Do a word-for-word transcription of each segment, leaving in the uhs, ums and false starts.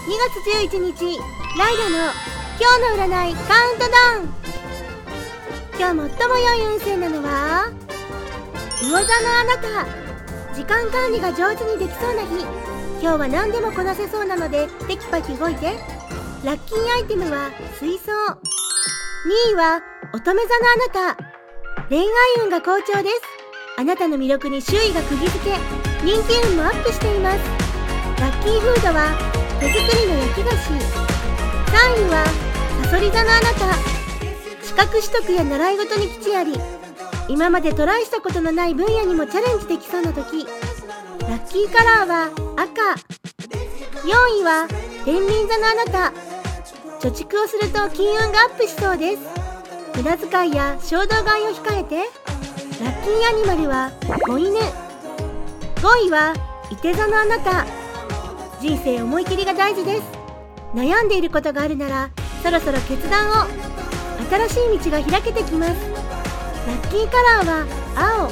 にがつじゅういちにち、ライラの今日の占いカウントダウン。今日最も良い運勢なのは魚座のあなた。時間管理が上手にできそうな日。今日は何でもこなせそうなのでテキパキ動いて。ラッキーアイテムは水槽。にいは乙女座のあなた。恋愛運が好調です。あなたの魅力に周囲が釘付け、人気運もアップしています。ラッキーフードは手作りの焼き菓子。さんいはさそり座のあなた。資格取得や習い事に吉あり。今までトライしたことのない分野にもチャレンジできそうな時。ラッキーカラーは赤。よんいは天秤座のあなた。貯蓄をすると金運がアップしそうです。無駄遣いや衝動買いを控えて。ラッキーアニマルは子犬。ごいはいて座のあなた。人生思い切りが大事です。悩んでいることがあるならそろそろ決断を。新しい道が開けてきます。ラッキーカラーは青。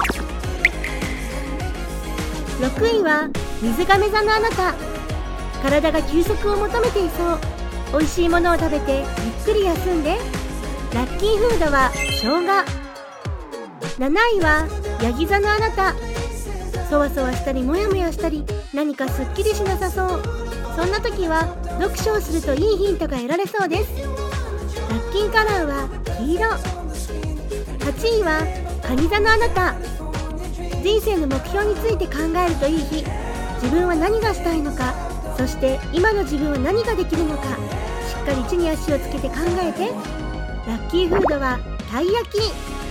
ろくいは水亀座のあなた。体が休息を求めていそう。美味しいものを食べてゆっくり休んで。ラッキーフードは生姜。なないはヤギ座のあなた。そわそわしたりモヤモヤしたり何かすっきりしなさそう。そんな時は読書をするといいヒントが得られそうです。ラッキーカラーは黄色。はちいは蟹座のあなた。人生の目標について考えるといい日。自分は何がしたいのか、そして今の自分は何ができるのか、しっかり地に足をつけて考えて。ラッキーフードはたい焼き。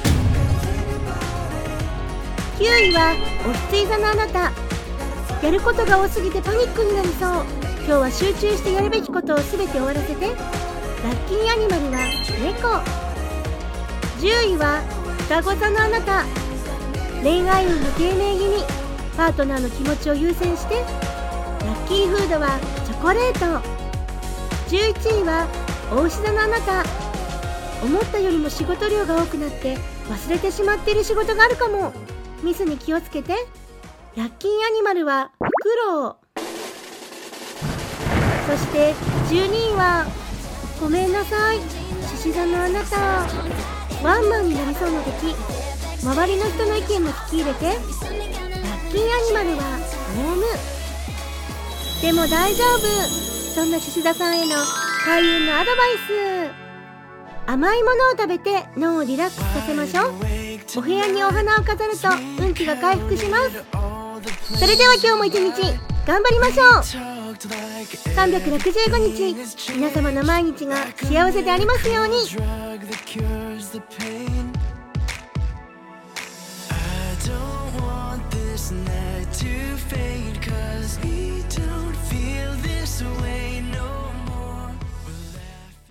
きゅういはお羊座のあなた。やることが多すぎてパニックになりそう。今日は集中してやるべきことをすべて終わらせて。ラッキーアニマルは猫。じゅういは双子座のあなた。恋愛運が低迷気味。パートナーの気持ちを優先して。ラッキーフードはチョコレート。じゅういちいは牡牛座のあなた。思ったよりも仕事量が多くなって忘れてしまっている仕事があるかも。ミスに気をつけて。ラッキーアニマルはフクロウ。そしてじゅうにいはごめんなさい、獅子座のあなた。ワンマンになりそうな時、周りの人の意見も聞き入れて。ラッキーアニマルはオウム。でも大丈夫。そんな獅子座さんへの開運のアドバイス。甘いものを食べて脳をリラックスさせましょう。お部屋にお花を飾ると運気が回復します。それでは今日も一日頑張りましょう。さんびゃくろくじゅうごにち、皆様の毎日が幸せでありますように。